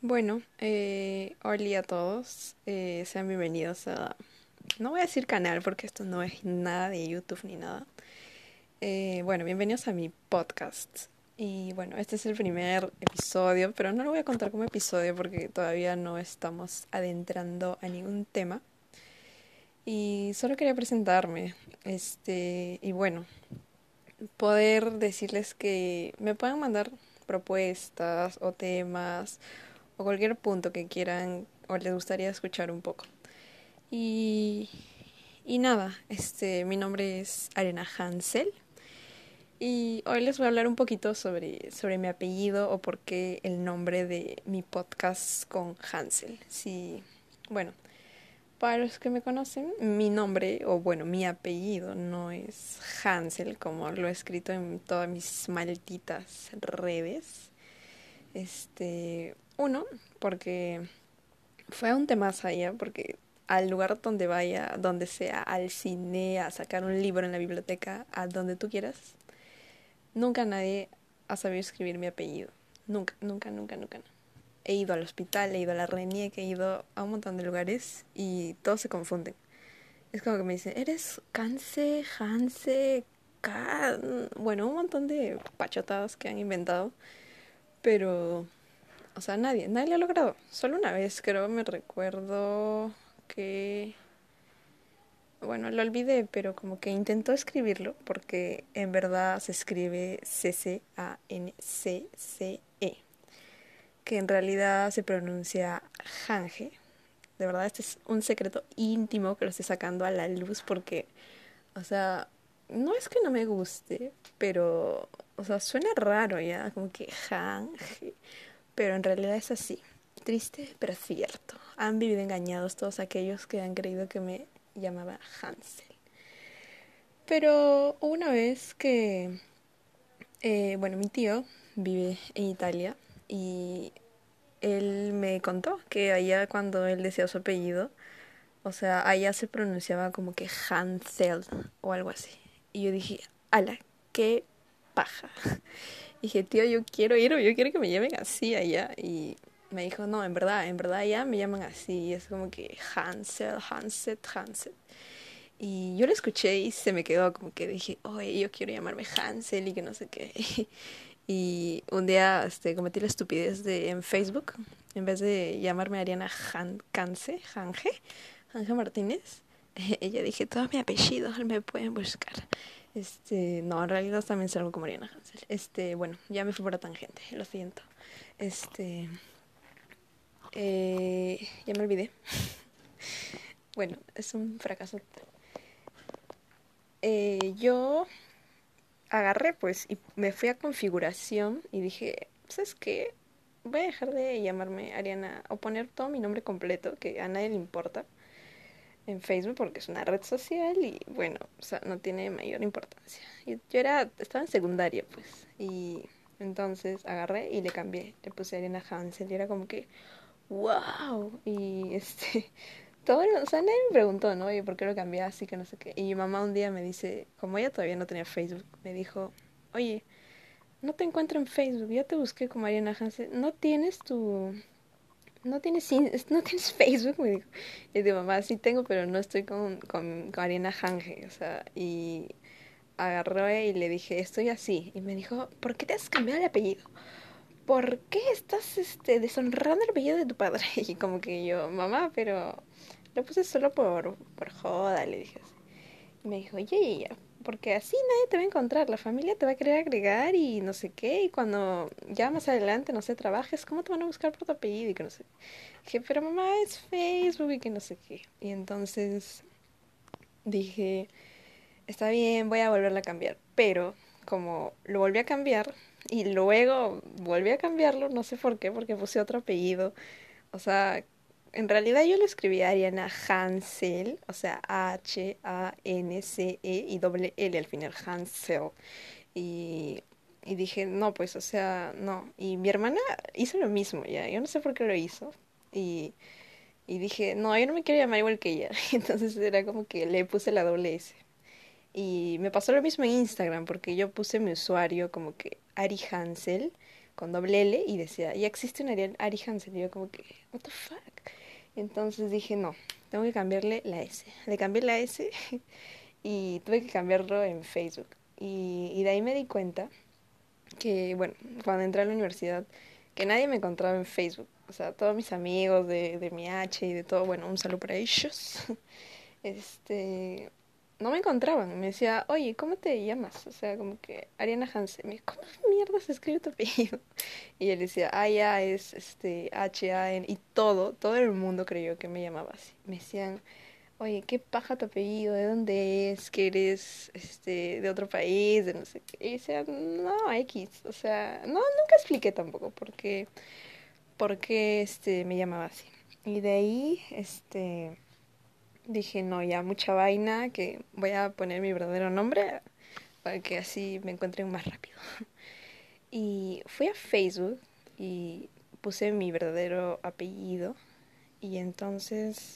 Hola a todos, sean bienvenidos a, no voy a decir canal porque esto no es nada de YouTube ni nada. Bienvenidos a mi podcast. Y bueno, este es el primer episodio, pero no lo voy a contar como episodio porque todavía no estamos adentrando a ningún tema. Y solo quería presentarme, y bueno, poder decirles que me puedan mandar propuestas o temas o cualquier punto que quieran o les gustaría escuchar un poco. Y, y nada, mi nombre es Arena Hansel y hoy les voy a hablar un poquito sobre mi apellido o por qué el nombre de mi podcast con Hansel. Sí, bueno, para los que me conocen, mi nombre o bueno, mi apellido no es Hansel como lo he escrito en todas mis malditas redes. Uno, porque fue un tema más allá, porque al lugar donde vaya, donde sea, al cine, a sacar un libro en la biblioteca, a donde tú quieras, nunca nadie ha sabido escribir mi apellido. Nunca, nunca, nunca, nunca. He ido al hospital, he ido a la RENIEC, he ido a un montón de lugares y todos se confunden. Es como que me dicen, ¿eres Canse, Hanse, bueno, un montón de pachotadas que han inventado, pero o sea, nadie lo ha logrado. Solo una vez creo, me recuerdo que, bueno, lo olvidé, pero como que intentó escribirlo porque en verdad se escribe Cancce, que en realidad se pronuncia Jange. De verdad, este es un secreto íntimo que lo estoy sacando a la luz porque, o sea, no es que no me guste, pero, o sea, suena raro ya, como que Jange. Pero en realidad es así. Triste, pero cierto. Han vivido engañados todos aquellos que han creído que me llamaba Hansel. Pero una vez que, mi tío vive en Italia y él me contó que allá cuando él decía su apellido, o sea, allá se pronunciaba como que Hansel o algo así. Y yo dije, ala, qué paja. Dije, tío, yo quiero que me llamen así allá. Y me dijo, no, en verdad allá me llaman así. Y es como que Hansel, Hanset, Hanset. Y yo lo escuché y se me quedó como que dije, oye, yo quiero llamarme Hansel y que no sé qué. Y un día cometí la estupidez de en Facebook, en vez de llamarme Ariana Janje Martínez, ella dije, todo mi apellido me pueden buscar. No, en realidad también salgo como Ariana Hansel. Ya me fui por la tangente, lo siento. Este, ya me olvidé. Bueno, es un fracaso. Yo agarré pues y me fui a configuración y dije, ¿sabes qué? Voy a dejar de llamarme Ariana o poner todo mi nombre completo, que a nadie le importa, en Facebook porque es una red social y bueno, o sea, no tiene mayor importancia. Estaba en secundaria pues y entonces agarré y le cambié, le puse Ariana Hansel y era como que, wow, y o sea, nadie me preguntó, ¿no? Oye, ¿por qué lo cambié así que no sé qué? Y mi mamá un día me dice, como ella todavía no tenía Facebook, me dijo, oye, no te encuentro en Facebook, ya te busqué como Ariana Hansen, no tienes Facebook, me dijo. Y digo, mamá, sí tengo, pero no estoy con Ariana Hange, o sea, y agarré y le dije, estoy así, y me dijo, ¿por qué te has cambiado el apellido? ¿Por qué estás, deshonrando el apellido de tu padre? Y como que yo, mamá, pero lo puse solo por joda, le dije así. Y me dijo, ya, porque así nadie te va a encontrar, la familia te va a querer agregar y no sé qué, y cuando ya más adelante, no sé, trabajes, ¿cómo te van a buscar por tu apellido? Y que no sé. Dije, pero mamá, es Facebook y que no sé qué. Y entonces dije, está bien, voy a volverla a cambiar. Pero como lo volví a cambiar y luego volví a cambiarlo, no sé por qué, porque puse otro apellido. O sea, en realidad yo lo escribí Ariana Hansel, o sea, H-A-N-C-E y doble L al final, Hansel. Y, y dije, no, pues, o sea, no. Y mi hermana hizo lo mismo, ya. Yo no sé por qué lo hizo. Y, y dije, no, yo no me quiero llamar igual que ella. Entonces era como que le puse la doble S. Y me pasó lo mismo en Instagram, porque yo puse mi usuario como que Ari Hansel, con doble L y decía, ya existe un Ari Hansen. Y yo como que, what the fuck. Entonces dije, no, tengo que cambiarle la S. Le cambié la S y tuve que cambiarlo en Facebook. Y de ahí me di cuenta que, bueno, cuando entré a la universidad, que nadie me encontraba en Facebook. O sea, todos mis amigos de mi H y de todo, bueno, un saludo para ellos. este, no me encontraban. Me decía, oye, ¿cómo te llamas? O sea, como que Ariana Hansen. Me dijo, ¿cómo mierda se escribe tu apellido? Y él decía, ya es H-A-N. Y todo el mundo creyó que me llamaba así. Me decían, oye, qué paja tu apellido, ¿de dónde es? Que eres de otro país, de no sé qué. Y decía, no, X. O sea, no, nunca expliqué tampoco por qué me llamaba así. Y de ahí, dije, no, ya mucha vaina, que voy a poner mi verdadero nombre para que así me encuentren más rápido. Y fui a Facebook y puse mi verdadero apellido y entonces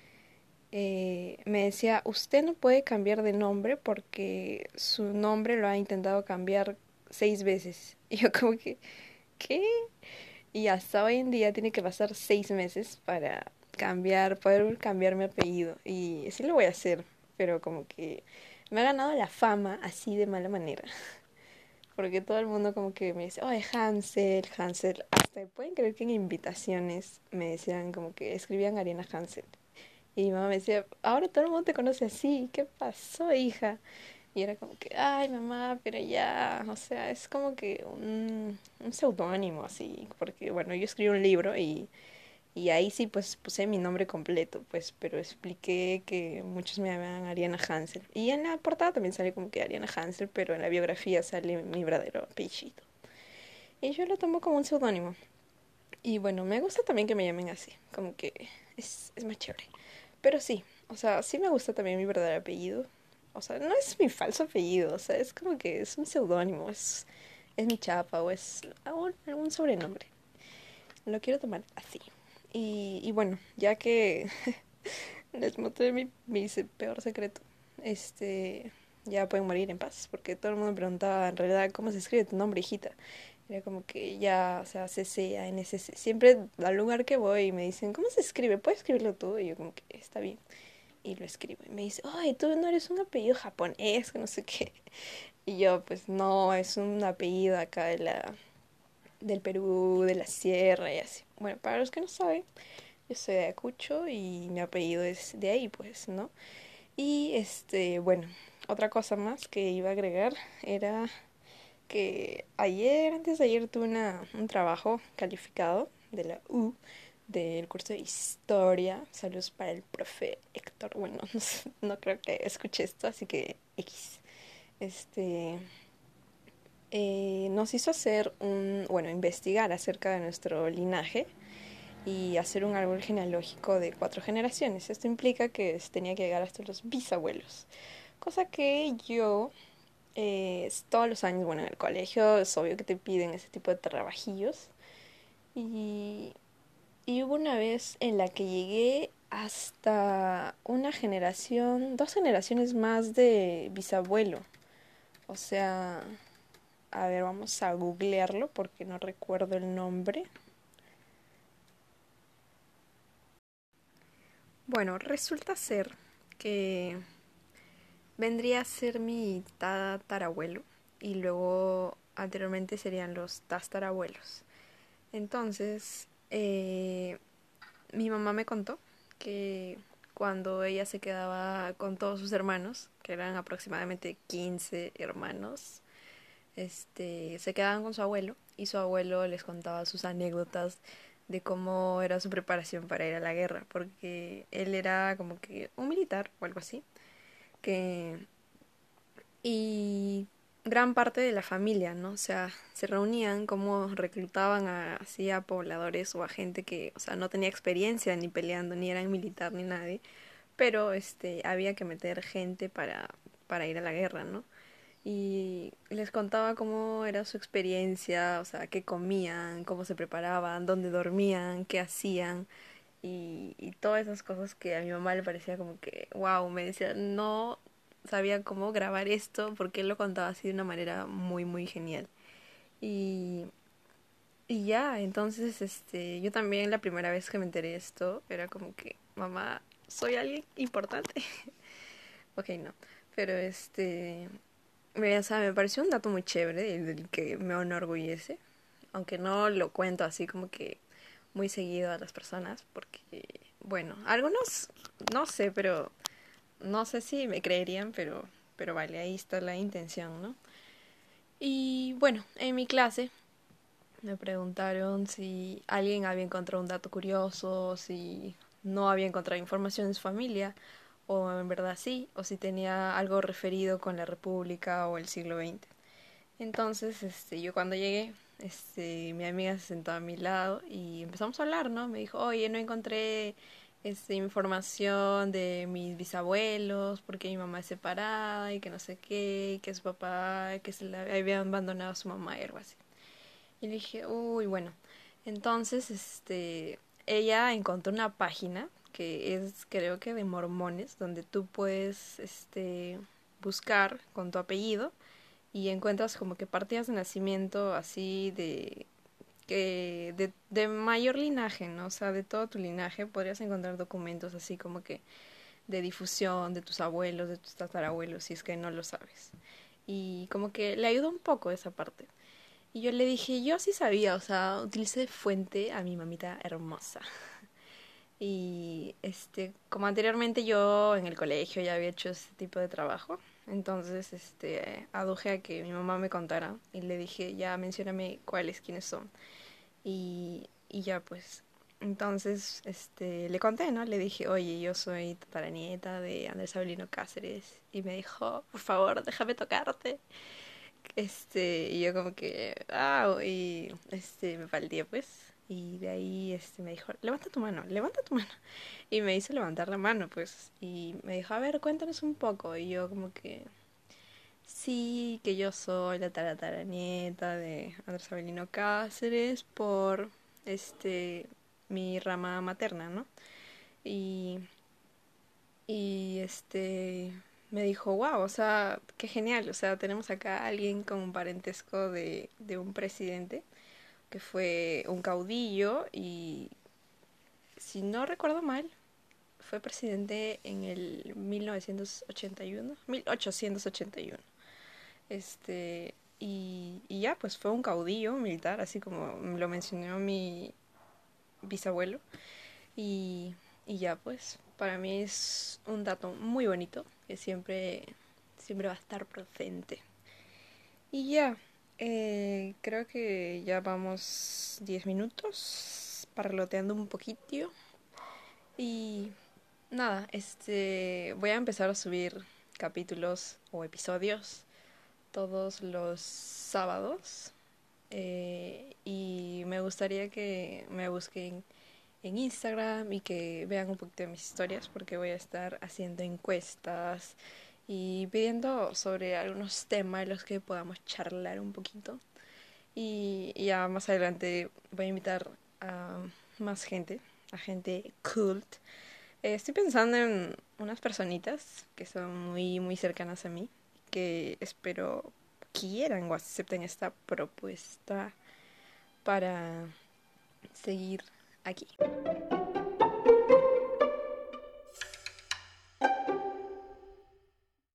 me decía, usted no puede cambiar de nombre porque su nombre lo ha intentado cambiar 6 veces. Y yo como que, ¿qué? Y hasta hoy en día tiene que pasar 6 meses para poder cambiar mi apellido. Y sí lo voy a hacer, pero como que me ha ganado la fama así de mala manera. Porque todo el mundo como que me dice, oye, Hansel, Hansel. Hasta pueden creer que en invitaciones me decían como que escribían Ariana Hansel. Y mi mamá me decía, ahora todo el mundo te conoce así, ¿qué pasó, hija? Y era como que, ay, mamá, pero ya, o sea, es como que un seudónimo así, porque bueno, yo escribí un libro y ahí sí pues puse mi nombre completo, pues, pero expliqué que muchos me llaman Ariana Hansel. Y en la portada también sale como que Ariana Hansel, pero en la biografía sale mi verdadero apellido. Y yo lo tomo como un seudónimo. Y bueno, me gusta también que me llamen así, como que es más chévere. Pero sí, o sea, sí me gusta también mi verdadero apellido. O sea, no es mi falso apellido, o sea, es como que es un seudónimo, es mi chapa o es algún sobrenombre. Lo quiero tomar así. Y bueno, ya que les mostré mi peor secreto, ya pueden morir en paz, porque todo el mundo me preguntaba en realidad cómo se escribe tu nombre, hijita. Era como que ya, o sea, CC, siempre al lugar que voy me dicen, ¿cómo se escribe? ¿Puedes escribirlo tú? Y yo como que está bien. Y lo escribo. Y me dice, ay, tú no eres un apellido japonés, que no sé qué. Y yo, pues no, es un apellido acá del Perú, de la sierra y así. Bueno, para los que no saben, yo soy de Ayacucho y mi apellido es de ahí, pues, ¿no? Y bueno, otra cosa más que iba a agregar era que antes de ayer tuve un trabajo calificado de la U del curso de historia. Saludos para el profe Héctor. Bueno, no, no creo que escuche esto, así que X. Este nos hizo investigar acerca de nuestro linaje y hacer un árbol genealógico de 4 generaciones. Esto implica que tenía que llegar hasta los bisabuelos. Cosa que yo todos los años, bueno, en el colegio es obvio que te piden ese tipo de trabajillos. Y, y hubo una vez en la que llegué hasta una generación, 2 generaciones más de bisabuelo. O sea, a ver, vamos a googlearlo porque no recuerdo el nombre. Bueno, resulta ser que vendría a ser mi tatarabuelo y luego anteriormente serían los tastarabuelos. Entonces, mi mamá me contó que cuando ella se quedaba con todos sus hermanos, que eran aproximadamente 15 hermanos, se quedaban con su abuelo y su abuelo les contaba sus anécdotas de cómo era su preparación para ir a la guerra, porque él era como que un militar o algo así, que y gran parte de la familia, ¿no? O sea, se reunían como reclutaban así a pobladores o a gente que, o sea, no tenía experiencia ni peleando, ni eran militar ni nadie, pero había que meter gente para ir a la guerra, ¿no? Y les contaba cómo era su experiencia, o sea, qué comían, cómo se preparaban, dónde dormían, qué hacían y todas esas cosas que a mi mamá le parecía como que, wow, me decía, no sabía cómo grabar esto porque él lo contaba así de una manera muy, muy genial. Y, Y ya, entonces, yo también la primera vez que me enteré de esto, era como que, mamá, soy alguien importante. Ok, no. Pero o sea, me pareció un dato muy chévere, del que me enorgullece. Aunque no lo cuento así como que muy seguido a las personas, porque, bueno, algunos, no sé, pero no sé si me creerían, pero vale, ahí está la intención, ¿no? Y bueno, en mi clase me preguntaron si alguien había encontrado un dato curioso, si no había encontrado información en su familia, o en verdad sí, o si tenía algo referido con la República o el siglo XX. Entonces, yo cuando llegué, mi amiga se sentó a mi lado y empezamos a hablar, ¿no? Me dijo, oye, no encontré información de mis bisabuelos, porque mi mamá es separada y que no sé qué, y que su papá, que se le había abandonado a su mamá y algo así. Y le dije, uy, bueno. Entonces, ella encontró una página que es, creo que de mormones, donde tú puedes, buscar con tu apellido y encuentras como que partidas de nacimiento así de mayor linaje, ¿no? O sea, de todo tu linaje podrías encontrar documentos así como que de difusión de tus abuelos, de tus tatarabuelos, si es que no lo sabes. Y como que le ayudó un poco esa parte. Y yo le dije, yo sí sabía, o sea, utilicé de fuente a mi mamita hermosa. Y como anteriormente yo en el colegio ya había hecho ese tipo de trabajo, entonces aduje a que mi mamá me contara y le dije, ya mencióname cuáles, quiénes son. Y ya pues, entonces le conté, ¿no? Le dije, oye, yo soy tataranieta de Andrés Avelino Cáceres. Y me dijo, por favor, déjame tocarte. Y yo como que, y me palteé pues. Y de ahí me dijo, levanta tu mano, levanta tu mano. Y me hizo levantar la mano pues. Y me dijo, a ver, cuéntanos un poco. Y yo como que, sí, que yo soy la taratara-nieta de Andrés Avelino Cáceres por mi rama materna, ¿no? Y, y me dijo, wow, o sea, qué genial, o sea, tenemos acá a alguien con un parentesco de un presidente que fue un caudillo y, si no recuerdo mal, fue presidente en el 1981, 1881. Y ya, pues fue un caudillo militar, así como lo mencionó mi bisabuelo. Y, y ya, pues, para mí es un dato muy bonito que siempre va a estar presente. Y ya, creo que ya vamos 10 minutos parloteando un poquito. Y nada, voy a empezar a subir capítulos o episodios todos los sábados. Y me gustaría que me busquen en Instagram y que vean un poquito de mis historias porque voy a estar haciendo encuestas y pidiendo sobre algunos temas de los que podamos charlar un poquito. Y ya más adelante voy a invitar a más gente, a gente cult. Estoy pensando en unas personitas que son muy, muy cercanas a mí, que espero quieran o acepten esta propuesta para seguir aquí.